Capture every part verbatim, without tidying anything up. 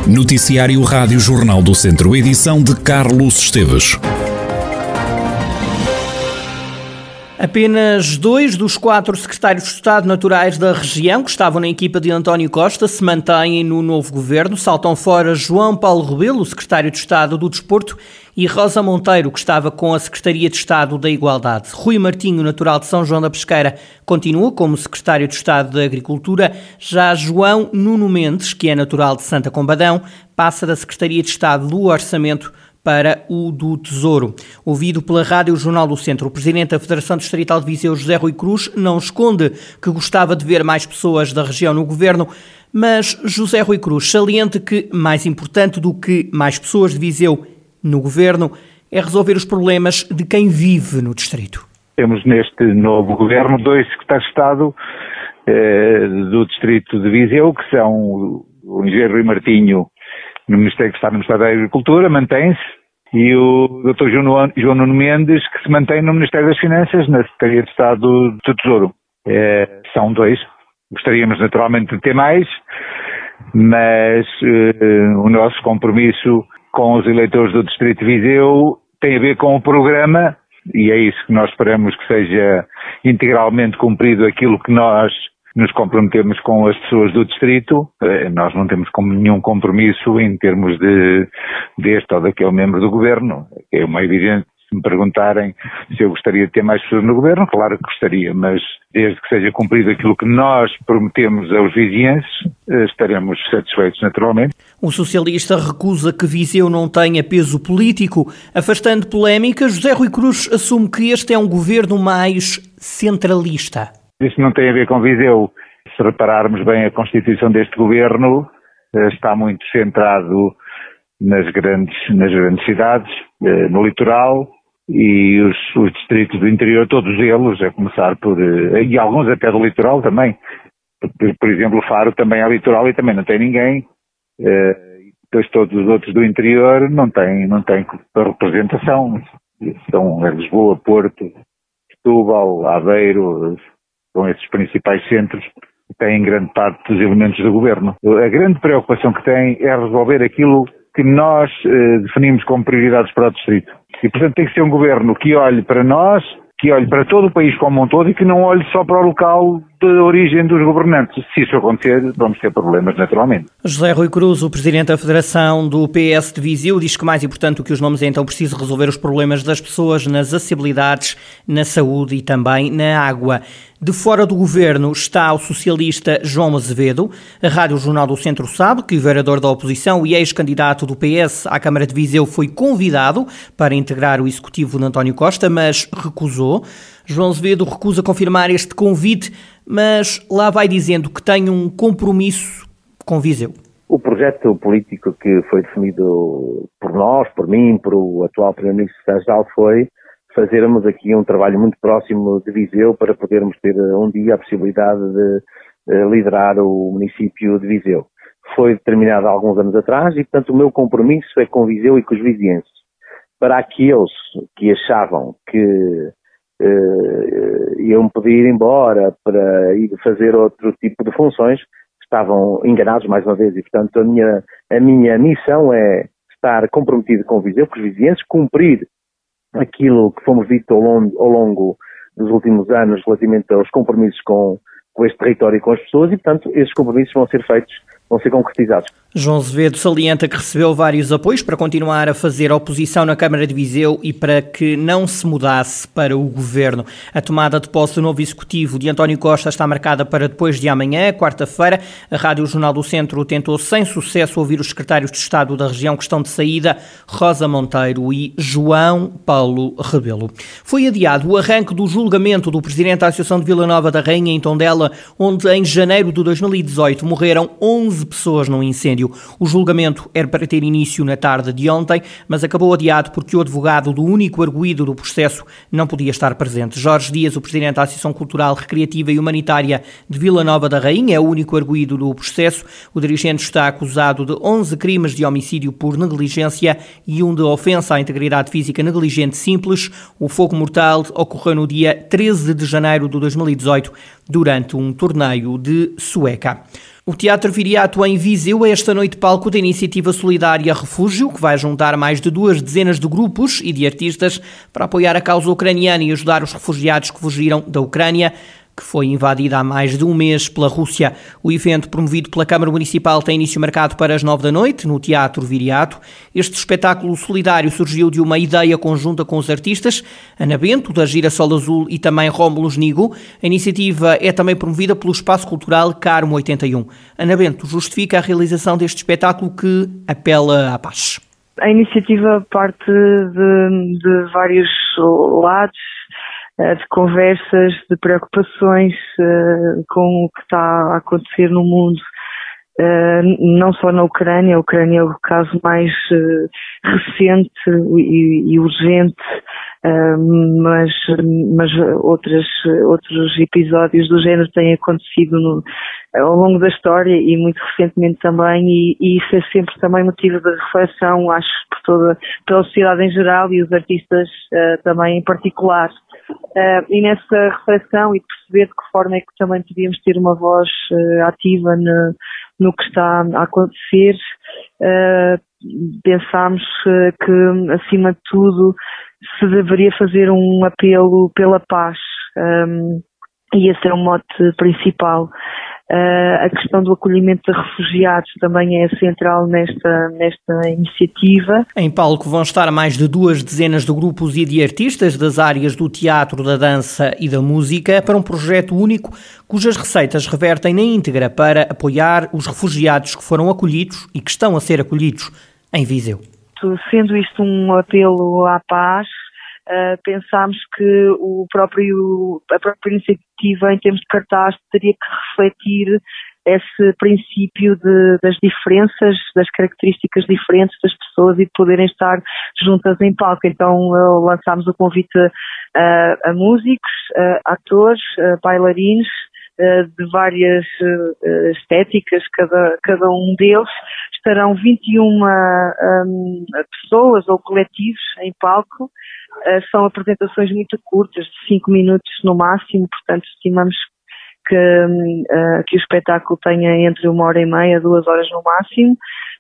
Noticiário Rádio Jornal do Centro, edição de Carlos Esteves. Apenas dois dos quatro secretários de Estado naturais da região, que estavam na equipa de António Costa, se mantêm no novo governo. Saltam fora João Paulo Rebelo, secretário de Estado do Desporto, e Rosa Monteiro, que estava com a Secretaria de Estado da Igualdade. Rui Martinho, natural de São João da Pesqueira, continua como secretário de Estado da Agricultura. Já João Nuno Mendes, que é natural de Santa Combadão, passa da Secretaria de Estado do Orçamento para o do Tesouro. Ouvido pela Rádio Jornal do Centro, o presidente da Federação Distrital de Viseu, José Rui Cruz, não esconde que gostava de ver mais pessoas da região no governo, mas José Rui Cruz salienta que, mais importante do que mais pessoas de Viseu no governo, é resolver os problemas de quem vive no distrito. Temos neste novo governo dois secretários de Estado eh, do distrito de Viseu, que são o engenheiro Rui Martinho, no Ministério que está no Ministério da Agricultura, mantém-se, e o doutor João Nuno Mendes, que se mantém no Ministério das Finanças, na Secretaria de Estado do Tesouro. É, são dois. Gostaríamos naturalmente de ter mais, mas eh, o nosso compromisso com os eleitores do Distrito de Viseu tem a ver com o programa, e é isso que nós esperamos que seja integralmente cumprido aquilo que nós nos comprometemos com as pessoas do distrito. Nós não temos nenhum compromisso em termos de deste ou daquele membro do governo. É uma evidência. Se me perguntarem se eu gostaria de ter mais pessoas no governo, claro que gostaria, mas desde que seja cumprido aquilo que nós prometemos aos vizienses, estaremos satisfeitos naturalmente. O socialista recusa que Viseu não tenha peso político. Afastando polémica, José Rui Cruz assume que este é um governo mais centralista. Isso não tem a ver com Viseu. Se repararmos bem, a constituição deste governo está muito centrado nas grandes, nas grandes cidades, no litoral, e os, os distritos do interior, todos eles, a começar por, e alguns até do litoral também. Por, por exemplo, Faro também é litoral e também não tem ninguém. Depois todos os outros do interior não têm, não têm representação. São Lisboa, Porto, Setúbal, Aveiro, são esses principais centros que têm grande parte dos elementos do governo. A grande preocupação que tem é resolver aquilo que nós eh, definimos como prioridades para o distrito. E, portanto, tem que ser um governo que olhe para nós, que olhe para todo o país como um todo e que não olhe só para o local de origem dos governantes. Se isso acontecer, vamos ter problemas, naturalmente. José Rui Cruz, o presidente da Federação do P S de Viseu, diz que mais importante do que os nomes é então preciso resolver os problemas das pessoas nas acessibilidades, na saúde e também na água. De fora do governo está o socialista João Azevedo. A Rádio Jornal do Centro sabe que o vereador da oposição e ex-candidato do P S à Câmara de Viseu foi convidado para integrar o executivo de António Costa, mas recusou. João Azevedo recusa confirmar este convite, mas lá vai dizendo que tem um compromisso com Viseu. O projeto político que foi definido por nós, por mim, por o atual Primeiro-Ministro Estatal, foi fazermos aqui um trabalho muito próximo de Viseu para podermos ter um dia a possibilidade de liderar o município de Viseu. Foi determinado há alguns anos atrás e, portanto, o meu compromisso é com Viseu e com os vizienses. Para aqueles que achavam que uh, iam poder ir embora para ir fazer outro tipo de funções, estavam enganados mais uma vez e, portanto, a minha, a minha missão é estar comprometido com Viseu, com os vizienses, cumprir aquilo que fomos dito ao longo, ao longo dos últimos anos relativamente aos compromissos com, com este território e com as pessoas e, portanto, esses compromissos vão ser feitos, vão ser concretizados. João Azevedo salienta que recebeu vários apoios para continuar a fazer oposição na Câmara de Viseu e para que não se mudasse para o governo. A tomada de posse do novo executivo de António Costa está marcada para depois de amanhã, quarta-feira. A Rádio Jornal do Centro tentou sem sucesso ouvir os secretários de Estado da região que estão de saída, Rosa Monteiro e João Paulo Rebelo. Foi adiado o arranque do julgamento do presidente da Associação de Vila Nova da Rainha, em Tondela, onde em janeiro de dois mil e dezoito morreram onze pessoas num incêndio. O julgamento era para ter início na tarde de ontem, mas acabou adiado porque o advogado do único arguido do processo não podia estar presente. Jorge Dias, o presidente da Associação Cultural, Recreativa e Humanitária de Vila Nova da Rainha, é o único arguido do processo. O dirigente está acusado de onze crimes de homicídio por negligência e um de ofensa à integridade física negligente simples. O fogo mortal ocorreu no dia treze de janeiro de dois mil e dezoito, durante um torneio de sueca. O Teatro Viriato em Viseu é esta noite palco da iniciativa solidária Refúgio, que vai juntar mais de duas dezenas de grupos e de artistas para apoiar a causa ucraniana e ajudar os refugiados que fugiram da Ucrânia, que foi invadida há mais de um mês pela Rússia. O evento, promovido pela Câmara Municipal, tem início marcado para as nove da noite, no Teatro Viriato. Este espetáculo solidário surgiu de uma ideia conjunta com os artistas Ana Bento, da Girassol Azul, e também Rómulo Nigo. A iniciativa é também promovida pelo Espaço Cultural Carmo oitenta e um. Ana Bento justifica a realização deste espetáculo que apela à paz. A iniciativa parte de, de vários lados, de conversas, de preocupações uh, com o que está a acontecer no mundo, uh, não só na Ucrânia. A Ucrânia é o caso mais uh, recente e, e urgente, uh, mas, mas outras, outros episódios do género têm acontecido no, ao longo da história e muito recentemente também, e, e isso é sempre também motivo de reflexão, acho, por toda, pela sociedade em geral e os artistas uh, também em particular. Uh, e nessa reflexão e de perceber de que forma é que também podíamos ter uma voz uh, ativa no, no que está a acontecer, uh, pensámos uh, que, acima de tudo, se deveria fazer um apelo pela paz, um, e esse é o mote principal. Uh, a questão do acolhimento de refugiados também é central nesta, nesta iniciativa. Em palco vão estar mais de duas dezenas de grupos e de artistas das áreas do teatro, da dança e da música para um projeto único cujas receitas revertem na íntegra para apoiar os refugiados que foram acolhidos e que estão a ser acolhidos em Viseu. Sendo isto um apelo à paz, Uh, pensámos que o próprio, a própria iniciativa, em termos de cartaz, teria que refletir esse princípio de, das diferenças, das características diferentes das pessoas e de poderem estar juntas em palco. Então uh, lançámos o convite uh, a músicos, uh, atores, uh, bailarinos, uh, de várias uh, estéticas, cada, cada um deles. Estarão vinte e uma um, pessoas ou coletivos em palco. Uh, são apresentações muito curtas, de cinco minutos no máximo, portanto estimamos que, uh, que o espetáculo tenha entre uma hora e meia, duas horas no máximo,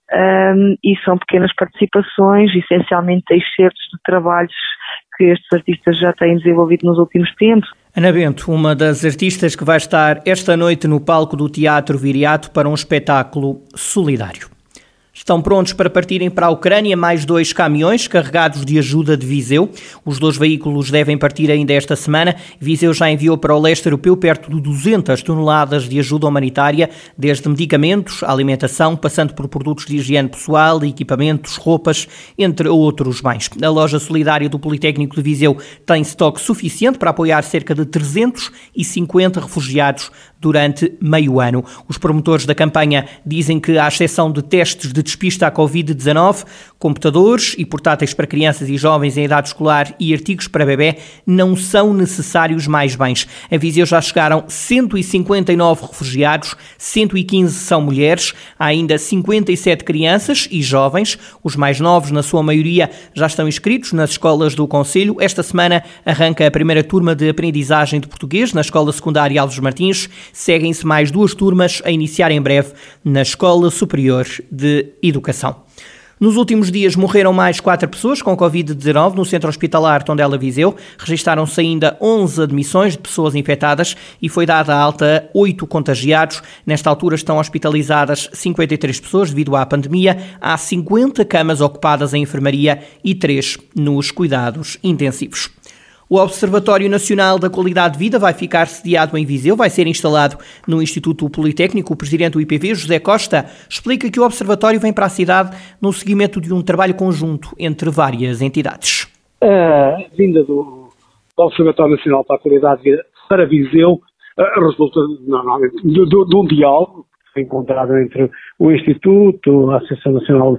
um, e são pequenas participações, essencialmente excertos de trabalhos que estes artistas já têm desenvolvido nos últimos tempos. Ana Bento, uma das artistas que vai estar esta noite no palco do Teatro Viriato para um espetáculo solidário. Estão prontos para partirem para a Ucrânia mais dois caminhões carregados de ajuda de Viseu. Os dois veículos devem partir ainda esta semana. Viseu já enviou para o leste europeu perto de duzentas toneladas de ajuda humanitária, desde medicamentos, alimentação, passando por produtos de higiene pessoal, equipamentos, roupas, entre outros bens. A loja solidária do Politécnico de Viseu tem estoque suficiente para apoiar cerca de trezentos e cinquenta refugiados durante meio ano. Os promotores da campanha dizem que, à exceção de testes de despista à covid dezanove, computadores e portáteis para crianças e jovens em idade escolar e artigos para bebê, não são necessários mais bens. A Viseu já chegaram cento e cinquenta e nove refugiados, cento e quinze são mulheres, há ainda cinquenta e sete crianças e jovens. Os mais novos, na sua maioria, já estão inscritos nas escolas do concelho. Esta semana arranca a primeira turma de aprendizagem de português na Escola Secundária Alves Martins. Seguem-se mais duas turmas a iniciar em breve na Escola Superior de Educação. Nos últimos dias morreram mais quatro pessoas com covid dezanove no Centro Hospitalar Tondela Viseu. Registaram-se ainda onze admissões de pessoas infectadas e foi dada a alta a oito contagiados. Nesta altura estão hospitalizadas cinquenta e três pessoas devido à pandemia. Há cinquenta camas ocupadas em enfermaria e três nos cuidados intensivos. O Observatório Nacional da Qualidade de Vida vai ficar sediado em Viseu, vai ser instalado no Instituto Politécnico. O presidente do I P V, José Costa, explica que o Observatório vem para a cidade no seguimento de um trabalho conjunto entre várias entidades. A vinda do Observatório Nacional para a Qualidade de Vida para Viseu resulta normalmente de um diálogo encontrado entre o Instituto, a Associação Nacional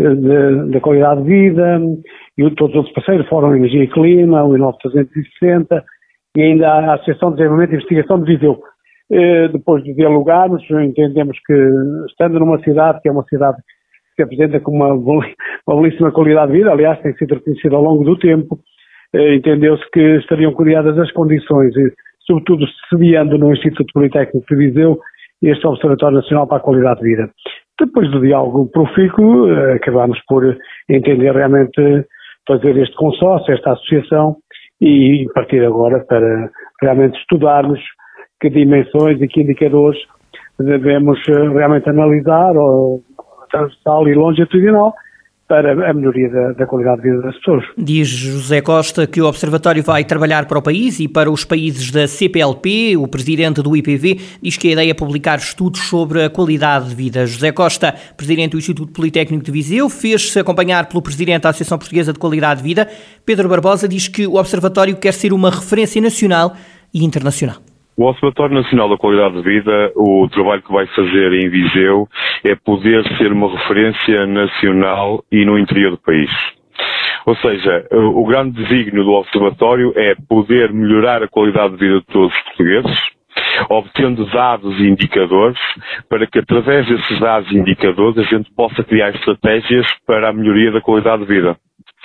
da Qualidade de Vida e todos os outros parceiros, Fórum Energia e Clima, o I N O V trezentos e sessenta e ainda a Associação de Desenvolvimento e Investigação de Viseu. Depois de dialogarmos, entendemos que, estando numa cidade que é uma cidade que se apresenta com uma, uma belíssima qualidade de vida, aliás, tem sido reconhecida ao longo do tempo, entendeu-se que estariam criadas as condições, e, sobretudo sediando no Instituto Politécnico de Viseu, este Observatório Nacional para a Qualidade de Vida. Depois do diálogo profícuo, acabámos por entender realmente fazer este consórcio, esta associação, e partir agora para realmente estudarmos que dimensões e que indicadores devemos realmente analisar, ou transversal e longitudinal, para a melhoria da, da qualidade de vida das pessoas. Diz José Costa que o Observatório vai trabalhar para o país e para os países da C P L P. O presidente do I P V diz que a ideia é publicar estudos sobre a qualidade de vida. José Costa, presidente do Instituto Politécnico de Viseu, fez-se acompanhar pelo presidente da Associação Portuguesa de Qualidade de Vida. Pedro Barbosa diz que o Observatório quer ser uma referência nacional e internacional. O Observatório Nacional da Qualidade de Vida, o trabalho que vai fazer em Viseu é poder ser uma referência nacional e no interior do país. Ou seja, o grande desígnio do Observatório é poder melhorar a qualidade de vida de todos os portugueses, obtendo dados e indicadores, para que através desses dados e indicadores a gente possa criar estratégias para a melhoria da qualidade de vida.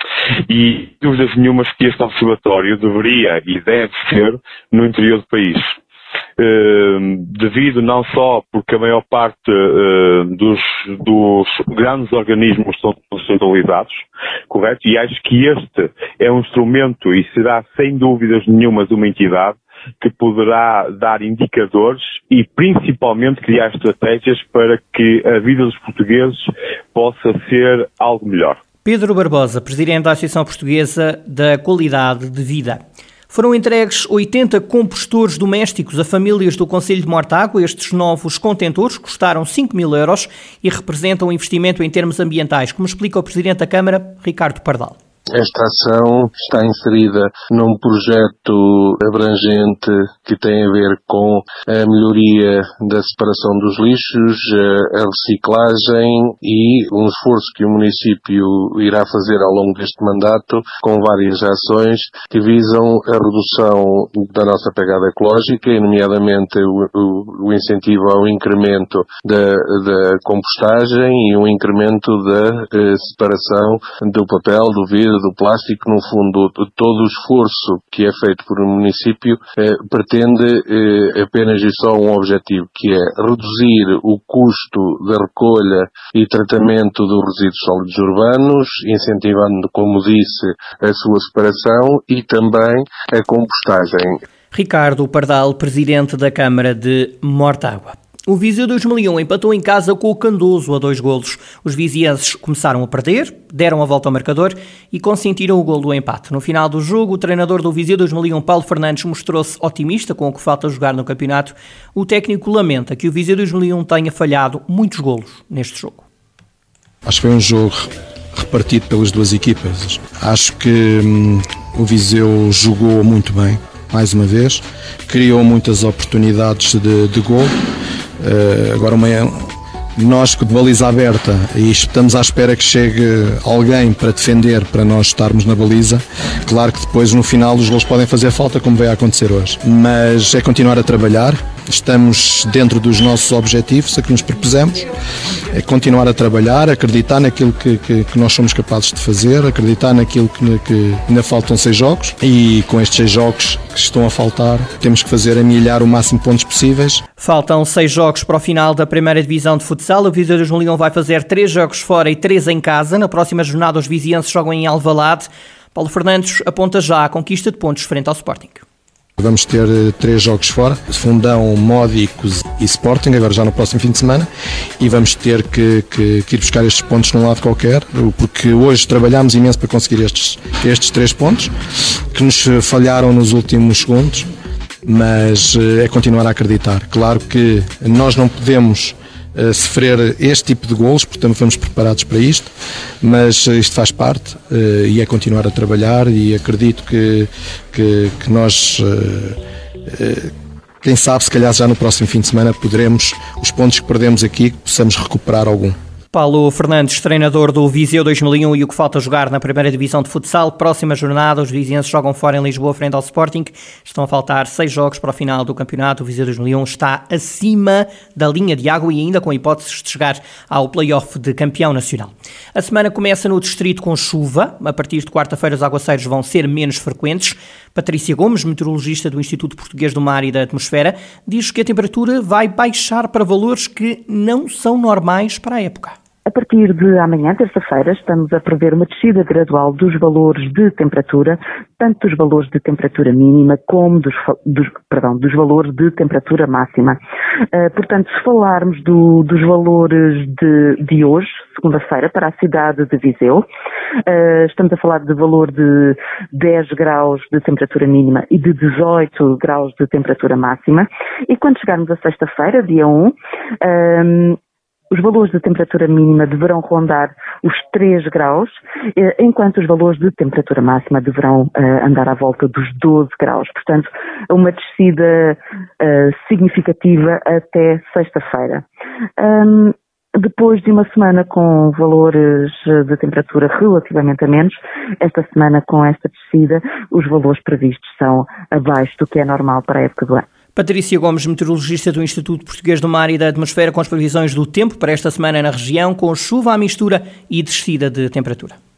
E dúvidas nenhumas que este observatório deveria e deve ser no interior do país. Uh, devido não só porque a maior parte uh, dos, dos grandes organismos estão descentralizados, correto? E acho que este é um instrumento e será sem dúvidas nenhumas uma entidade que poderá dar indicadores e principalmente criar estratégias para que a vida dos portugueses possa ser algo melhor. Pedro Barbosa, presidente da Associação Portuguesa da Qualidade de Vida. Foram entregues oitenta compostores domésticos a famílias do Concelho de Mortágua. Estes novos contentores custaram cinco mil euros e representam um investimento em termos ambientais, como explica o presidente da Câmara, Ricardo Pardal. Esta ação está inserida num projeto abrangente que tem a ver com a melhoria da separação dos lixos, a reciclagem e um esforço que o município irá fazer ao longo deste mandato com várias ações que visam a redução da nossa pegada ecológica, e nomeadamente o, o, o incentivo ao incremento da, da compostagem e o incremento da eh, separação do papel, do vidro, do plástico. No fundo, todo o esforço que é feito por um município eh, pretende eh, apenas e só um objetivo, que é reduzir o custo da recolha e tratamento dos resíduos sólidos urbanos, incentivando, como disse, a sua separação e também a compostagem. Ricardo Pardal, presidente da Câmara de Mortágua. O Viseu dois mil e um empatou em casa com o Candoso a dois golos. Os vizienses começaram a perder, deram a volta ao marcador e consentiram o golo do empate. No final do jogo, o treinador do Viseu dois mil e um, Paulo Fernandes, mostrou-se otimista com o que falta jogar no campeonato. O técnico lamenta que o Viseu dois mil e um tenha falhado muitos golos neste jogo. Acho que foi um jogo repartido pelas duas equipas. Acho que hum, o Viseu jogou muito bem, mais uma vez, criou muitas oportunidades de, de golo. Uh, agora uma, nós de baliza aberta e estamos à espera que chegue alguém para defender, para nós estarmos na baliza. Claro que depois no final os golos podem fazer falta, como vai acontecer hoje, mas é continuar a trabalhar. Estamos dentro dos nossos objetivos a que nos propusemos, é continuar a trabalhar, acreditar naquilo que, que, que nós somos capazes de fazer, acreditar naquilo que, que ainda faltam seis jogos, e com estes seis jogos que estão a faltar temos que fazer amilhar o máximo de pontos possíveis. Faltam seis jogos para o final da primeira divisão de futsal. O Viseu dois mil e um vai fazer três jogos fora e três em casa. Na próxima jornada os vizienses jogam em Alvalade. Paulo Fernandes aponta já a conquista de pontos frente ao Sporting. Vamos ter uh, três jogos fora, Fundão, Módicos e Sporting, agora já no próximo fim de semana, e vamos ter que, que, que ir buscar estes pontos num lado qualquer, porque hoje trabalhámos imenso para conseguir estes, estes três pontos, que nos falharam nos últimos segundos, mas uh, é continuar a acreditar. Claro que nós não podemos Uh, sofrer este tipo de golos, portanto estamos preparados para isto, mas uh, isto faz parte uh, e é continuar a trabalhar, e acredito que, que, que nós, uh, uh, quem sabe, se calhar já no próximo fim de semana poderemos, os pontos que perdemos aqui, que possamos recuperar algum. Paulo Fernandes, treinador do Viseu dois mil e um e o que falta jogar na primeira divisão de futsal. Próxima jornada, os vizienses jogam fora em Lisboa frente ao Sporting. Estão a faltar seis jogos para o final do campeonato. O Viseu dois mil e um está acima da linha de água e ainda com hipóteses de chegar ao play-off de campeão nacional. A semana começa no distrito com chuva. A partir de quarta-feira os aguaceiros vão ser menos frequentes. Patrícia Gomes, meteorologista do Instituto Português do Mar e da Atmosfera, diz que a temperatura vai baixar para valores que não são normais para a época. A partir de amanhã, terça-feira, estamos a prever uma descida gradual dos valores de temperatura, tanto dos valores de temperatura mínima como dos, dos, perdão, dos valores de temperatura máxima. Uh, portanto, se falarmos do, dos valores de, de hoje, segunda-feira, para a cidade de Viseu, uh, estamos a falar de valor de dez graus de temperatura mínima e de dezoito graus de temperatura máxima. E quando chegarmos a sexta-feira, dia um, um os valores de temperatura mínima deverão rondar os três graus, enquanto os valores de temperatura máxima deverão uh, andar à volta dos doze graus. Portanto, uma descida uh, significativa até sexta-feira. Um, depois de uma semana com valores de temperatura relativamente a menos, esta semana com esta descida, os valores previstos são abaixo do que é normal para a época do ano. Patrícia Gomes, meteorologista do Instituto Português do Mar e da Atmosfera, com as previsões do tempo para esta semana na região, com chuva à mistura e descida de temperatura.